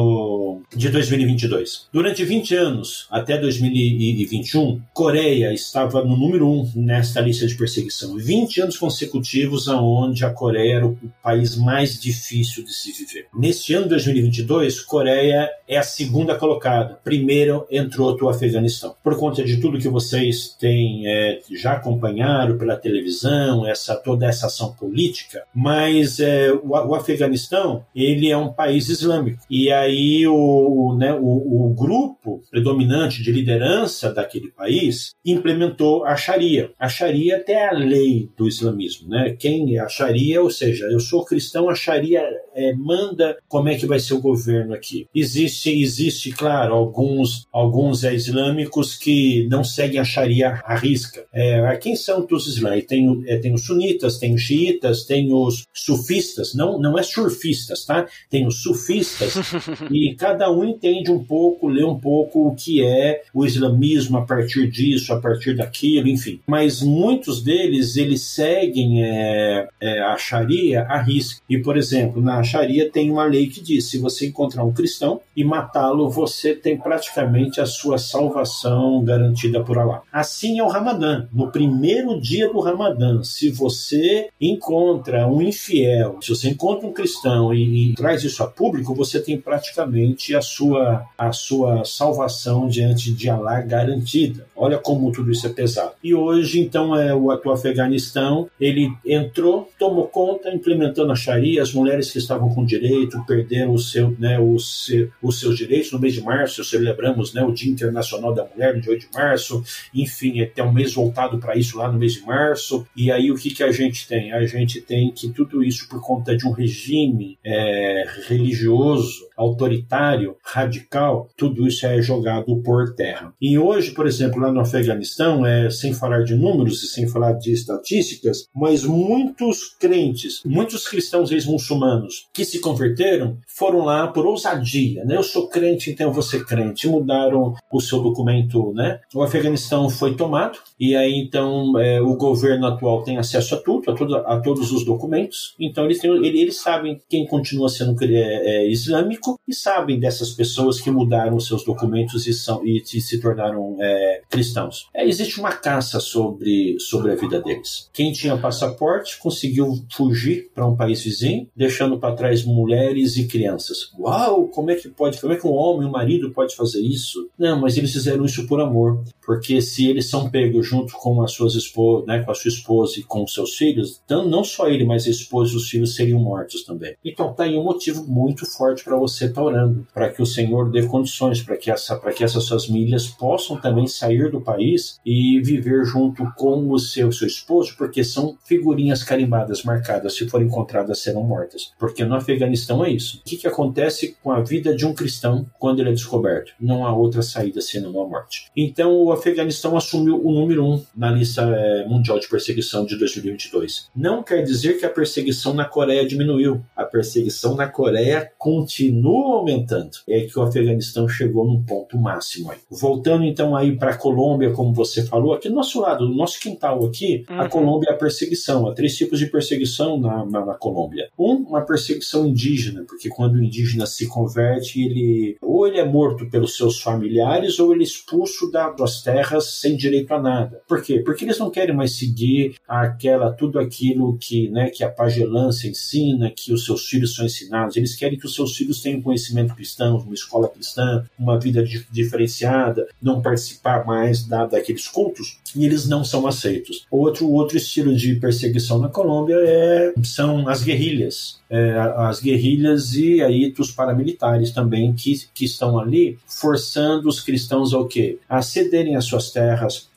Speaker 5: ano de dois mil e vinte e dois. Durante vinte anos, até dois mil e vinte e um, Coreia estava no número um nesta lista de perseguição. vinte anos consecutivos onde a Coreia era o país mais difícil de se viver. Neste ano de dois mil e vinte e dois, Coreia é a segunda colocada. Primeiro entrou o Afeganistão. Por conta de tudo que vocês têm é, já acompanharam pela televisão, essa, toda essa ação política, mas é, o, o Afeganistão, ele é um país islâmico. E aí o, né, o, o grupo predominante de liderança daquele país implementou a Sharia. A Sharia até é a lei do islamismo, né? Quem é a Sharia, ou seja, eu sou cristão, a Sharia é, manda como é que vai ser o governo aqui. Existe, existe claro, alguns, alguns é, islâmicos que não seguem a Sharia à risca. É, quem são os islâmicos? Tem, é, tem os sunitas, tem os xiitas, tem os sufistas, não, não é surfistas, tá? Tem os sufistas e cada um entende um pouco, lê um pouco o que é o islamismo a partir disso, a partir daquilo, enfim. Mas muitos deles, eles seguem é, é, a Sharia à risca. E, por exemplo, na Sharia tem uma lei que diz, se você encontrar um cristão e matá-lo, você tem praticamente a sua salvação garantida por Allah. Assim é o Ramadã. No primeiro dia do Ramadã, se você encontra um infiel, se você encontra um cristão e, e traz isso a público, você tem praticamente a sua, a sua salvação diante de Allah garantida. Olha como tudo isso é pesado. E hoje, então, é, o, o Afeganistão, ele entrou, tomou conta, implementando a Sharia, as mulheres que estavam com direito perderam o seu, né, o seu, os seus direitos. No mês de março, celebramos, né, o Dia Internacional da Mulher, no dia oito de março, enfim, é um mês voltado para isso lá no mês de março. E aí o que, que a gente tem? A gente tem que tudo isso por conta de um regime é, religioso, autoritário, radical, tudo isso é jogado por terra. E hoje, por exemplo, lá no Afeganistão, é, sem falar de números e sem falar de estatísticas, mas muitos crentes, muitos cristãos ex-muçulmanos que se converteram foram lá por ousadia, né? Eu sou crente, então eu vou ser crente. Mudaram o seu documento, né? O Afeganistão foi tomado e aí então é, o governo atual tem acesso a tudo, a, tudo, a todos os documentos. Então eles, têm, eles sabem quem continua sendo é, é, islâmico e sabem dessas pessoas que mudaram seus documentos e, são, e se tornaram é, cristãos. É, existe uma caça sobre, sobre a vida deles. Quem tinha passaporte conseguiu fugir para um país vizinho, deixando para trás mulheres e crianças. Uau, como é que pode, como é que um homem, um marido pode fazer isso? Não, mas eles fizeram isso por amor, porque se eles são pegos junto com as suas esposas, né, com a sua esposa e com os seus filhos, então não só ele, mas a esposa e os filhos seriam mortos também. Então tá aí um motivo muito forte para você estar tá orando, para que o Senhor dê condições, para que, essa, para que essas suas famílias possam também sair do país e viver junto com o seu, seu esposo, porque são figurinhas carimbadas, marcadas, se forem encontradas serão mortas. Porque no Afeganistão é isso. O que, que acontece com a vida de um cristão quando ele é descoberto? Não há outra saída senão a morte. Então o Afeganistão assumiu o número um na lista é, mundial de perseguição de dois mil e vinte e dois. Não quer dizer que a perseguição na Coreia diminuiu. A perseguição na Coreia continua aumentando. É que o Afeganistão chegou num ponto máximo aí. Voltando então aí para a Colômbia, como você falou, aqui do nosso lado, do nosso quintal aqui, uhum. A Colômbia é a perseguição. Há três tipos de perseguição na, na, na Colômbia. Um, uma perseguição indígena, porque quando o indígena se converte, ele ou ele é morto pelos seus familiares ou ele é expulso da, das terras sem direito a nada. Por quê? Porque eles não querem mais seguir aquela, tudo aquilo que, né, que a pagelância ensina, que os seus filhos são ensinados. Eles querem que os seus filhos tenham conhecimento cristão, uma escola cristã, uma vida di- diferenciada, não participar mais da, daqueles cultos, e eles não são aceitos. Outro, outro estilo de perseguição na Colômbia é, são as guerrilhas. É, as guerrilhas e aí os paramilitares também que, que estão ali forçando os cristãos ao quê? A cederem as suas terras para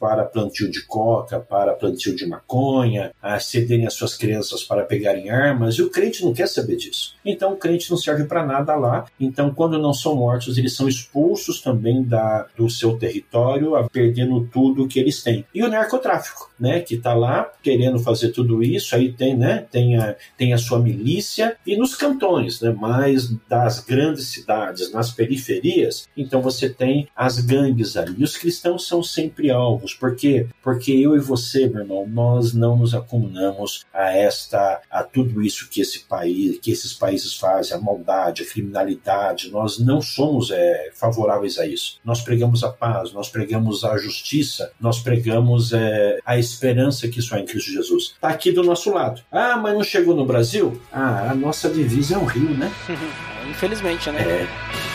Speaker 5: plantio de coca, para plantio de maconha, a cederem as suas crianças para pegarem armas, e o crente não quer saber disso. Então o crente não serve para nada lá. Então, quando não são mortos, eles são expulsos também da, do seu território, perdendo tudo que eles têm. E o narcotráfico, né, que está lá querendo fazer tudo isso, aí tem, né, tem, a, tem a sua milícia, e nos cantões, né, mais das grandes cidades, nas periferias, então você tem as gangues ali. E os cristãos são sempre alvos. Por quê? Porque eu e você, meu irmão, nós não nos acumulamos a esta, a tudo isso que esse país, que esses países fazem, a maldade, a criminalidade. Nós não somos é, favoráveis a isso. Nós pregamos a paz, nós pregamos a justiça, nós pregamos é, a esperança que só é em Cristo Jesus. Está aqui do nosso lado. Ah, mas não chegou no Brasil? Ah, a nossa divisa é o Rio, né?
Speaker 4: Infelizmente, né?
Speaker 5: É.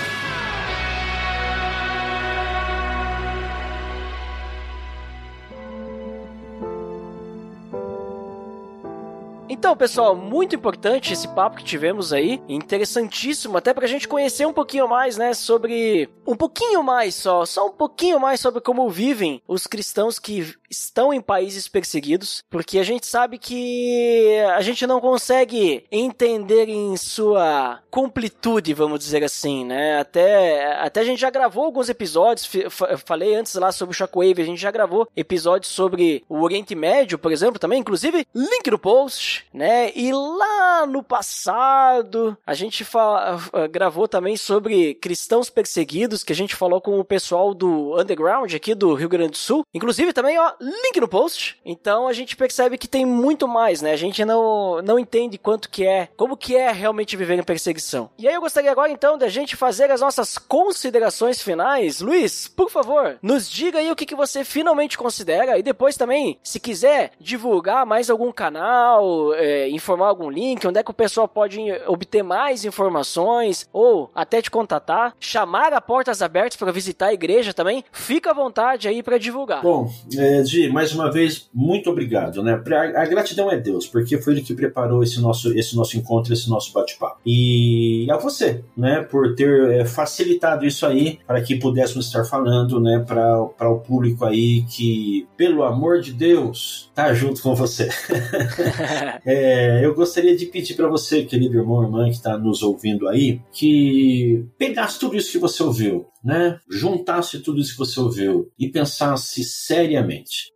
Speaker 4: Então, pessoal, muito importante esse papo que tivemos aí, interessantíssimo, até pra gente conhecer um pouquinho mais, né, sobre, um pouquinho mais só, só um pouquinho mais sobre como vivem os cristãos que estão em países perseguidos, porque a gente sabe que a gente não consegue entender em sua completude, vamos dizer assim, né, até, até a gente já gravou alguns episódios, falei antes lá sobre o Shockwave, a gente já gravou episódios sobre o Oriente Médio, por exemplo, também, inclusive, link no post, né? E lá no passado a gente fa- gravou também sobre cristãos perseguidos, que a gente falou com o pessoal do Underground aqui do Rio Grande do Sul. Inclusive também, ó, link no post. Então a gente percebe que tem muito mais, né? A gente não, não entende quanto que é, como que é realmente viver em perseguição. E aí eu gostaria agora então da gente fazer as nossas considerações finais. Luiz, por favor, nos diga aí o que, que você finalmente considera, e depois também, se quiser divulgar mais algum canal, é, informar algum link, onde é que o pessoal pode obter mais informações, ou até te contatar, chamar a Portas Abertas para visitar a igreja também, fica à vontade aí para divulgar.
Speaker 5: Bom, é, Gi, mais uma vez, muito obrigado, né? A, a gratidão é Deus, porque foi Ele que preparou esse nosso, esse nosso encontro, esse nosso bate-papo. E a você, né, por ter é, facilitado isso aí, para que pudéssemos estar falando, né, para o público aí que, pelo amor de Deus, tá junto com você. É, eu gostaria de pedir para você, querido irmão, irmã que está nos ouvindo aí, que pegasse tudo isso que você ouviu, né? Juntasse tudo isso que você ouviu e pensasse seriamente,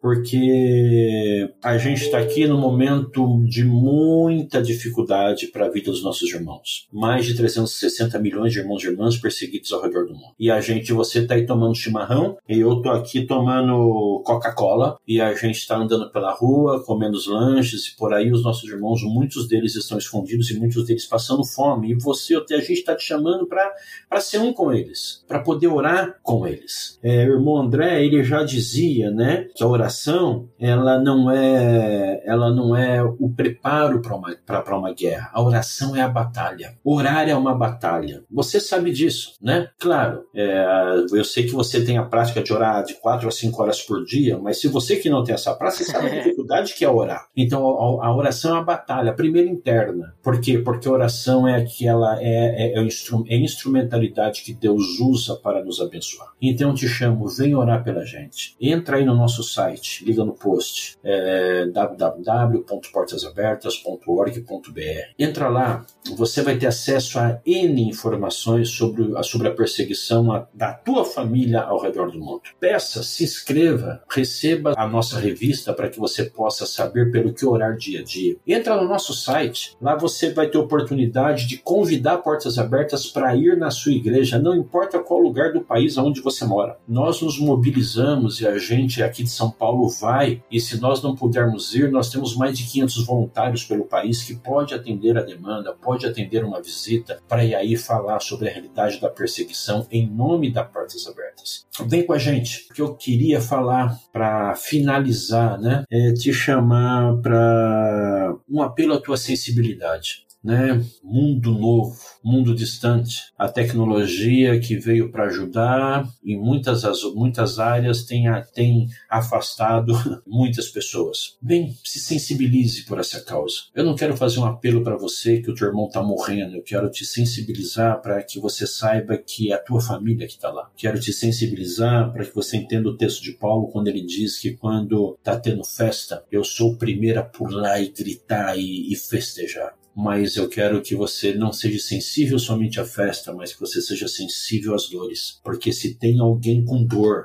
Speaker 5: porque a gente está aqui num momento de muita dificuldade para a vida dos nossos irmãos. Mais de trezentos e sessenta milhões de irmãos e irmãs perseguidos ao redor do mundo. E a gente, você está aí tomando chimarrão, e eu estou aqui tomando Coca-Cola, e a gente está andando pela rua, comendo os lanches, e por aí os nossos irmãos, muitos deles estão escondidos e muitos deles passando fome. E você, a gente está te chamando para ser um com eles, para poder orar com eles. É, o irmão André, ele já dizia, né, que a oração, ela não é, ela não é o preparo para uma, para uma guerra. A oração é a batalha. Orar é uma batalha. Você sabe disso, né? Claro, é, eu sei que você tem a prática de orar de quatro a cinco horas por dia, mas se você que não tem essa prática, você sabe a dificuldade que é orar. Então, a, a oração é uma batalha, primeiro interna. Por quê? Porque a oração é aquela, é, é, é, instru, é a instrumentalidade que Deus usa para nos abençoar. Então, eu te chamo, vem orar pela gente. Entra aí no nosso site, liga no post, é, w w w ponto portas abertas ponto org ponto b r. Entra lá, você vai ter acesso a N informações sobre a, sobre a perseguição a, da tua família ao redor do mundo. Peça, se inscreva, receba a nossa revista para que você possa saber pelo que orar dia a dia. Entra no nosso site, lá você vai ter oportunidade de convidar Portas Abertas para ir na sua igreja, não importa qual lugar do país onde você mora. Nós nos mobilizamos e a gente aqui de São Paulo vai, e se nós não pudermos ir, nós temos mais de quinhentos voluntários pelo país que pode atender a demanda, pode atender uma visita, para ir aí falar sobre a realidade da perseguição em nome da Portas Abertas. Vem com a gente, porque eu queria falar para finalizar, né, é te chamar para um apelo à tua sensibilidade. né? Mundo novo, mundo distante. A tecnologia que veio para ajudar em muitas, muitas áreas tem, tem afastado muitas pessoas. Bem, se sensibilize por essa causa. Eu não quero fazer um apelo para você que o teu irmão está morrendo. Eu quero te sensibilizar para que você saiba que é a tua família que está lá. Quero te sensibilizar para que você entenda o texto de Paulo quando ele diz que quando está tendo festa, eu sou o primeiro a pular e gritar e, e festejar. Mas eu quero que você não seja sensível somente à festa, mas que você seja sensível às dores. Porque se tem alguém com dor,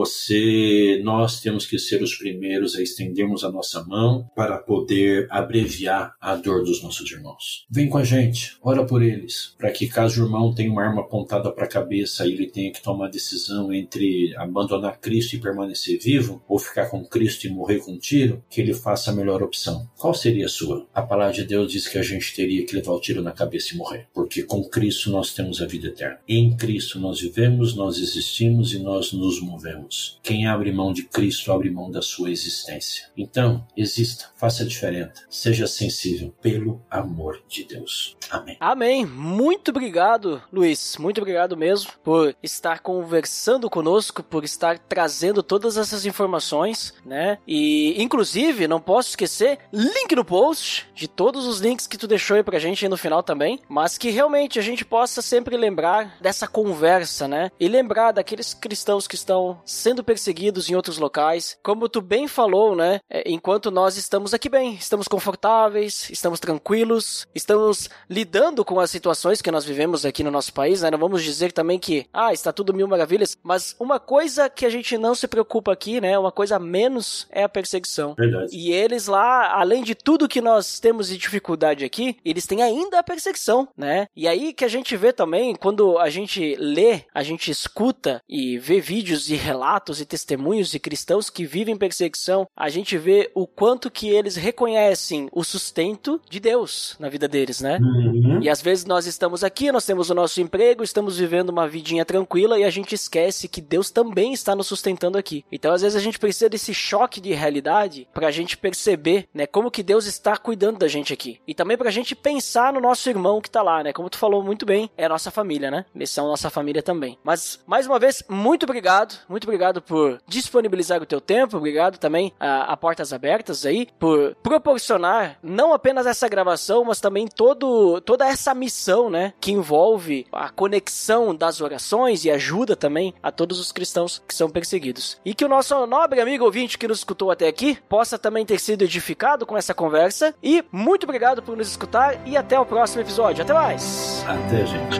Speaker 5: você, nós temos que ser os primeiros a estendermos a nossa mão para poder abreviar a dor dos nossos irmãos. Vem com a gente, ora por eles, para que caso o irmão tenha uma arma apontada para a cabeça e ele tenha que tomar a decisão entre abandonar Cristo e permanecer vivo, ou ficar com Cristo e morrer com um tiro, que ele faça a melhor opção. Qual seria a sua? A palavra de Deus diz que a gente A gente teria que levar o tiro na cabeça e morrer, porque com Cristo nós temos a vida eterna. Em Cristo nós vivemos, nós existimos e nós nos movemos. Quem abre mão de Cristo abre mão da sua existência. Então, exista, faça a diferença, seja sensível, pelo amor de Deus. Amém.
Speaker 4: Amém. Muito obrigado, Luiz. Muito obrigado mesmo por estar conversando conosco, por estar trazendo todas essas informações, né? E, inclusive, não posso esquecer, link no post de todos os links que tu deixou aí pra gente aí no final também, mas que realmente a gente possa sempre lembrar dessa conversa, né? E lembrar daqueles cristãos que estão sendo perseguidos em outros locais. Como tu bem falou, né? Enquanto nós estamos aqui bem, estamos confortáveis, estamos tranquilos, estamos lidando com as situações que nós vivemos aqui no nosso país, né? Não vamos dizer também que, ah, está tudo mil maravilhas, mas uma coisa que a gente não se preocupa aqui, né? Uma coisa a menos é a perseguição.
Speaker 5: Verdade.
Speaker 4: E eles lá, além de tudo que nós temos de dificuldade aqui, eles têm ainda a perseguição, né? E aí que a gente vê também, quando a gente lê, a gente escuta e vê vídeos e relatos e testemunhos de cristãos que vivem perseguição, a gente vê o quanto que eles reconhecem o sustento de Deus na vida deles, né?
Speaker 5: Uhum.
Speaker 4: E às vezes nós estamos aqui, nós temos o nosso emprego, estamos vivendo uma vidinha tranquila e a gente esquece que Deus também está nos sustentando aqui. Então às vezes a gente precisa desse choque de realidade pra gente perceber, né, como que Deus está cuidando da gente aqui. E também pra gente pensar no nosso irmão que tá lá, né? Como tu falou muito bem, é a nossa família, né? Eles são nossa família também. Mas, mais uma vez, muito obrigado. Muito obrigado por disponibilizar o teu tempo. Obrigado também a, a Portas Abertas aí, por proporcionar não apenas essa gravação, mas também todo, toda essa missão, né? Que envolve a conexão das orações e ajuda também a todos os cristãos que são perseguidos. E que o nosso nobre amigo ouvinte que nos escutou até aqui possa também ter sido edificado com essa conversa. E muito obrigado por nos escutar e até o próximo episódio. Até mais!
Speaker 5: Até, gente.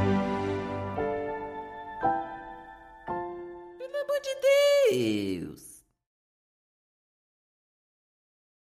Speaker 2: Pelo amor de Deus!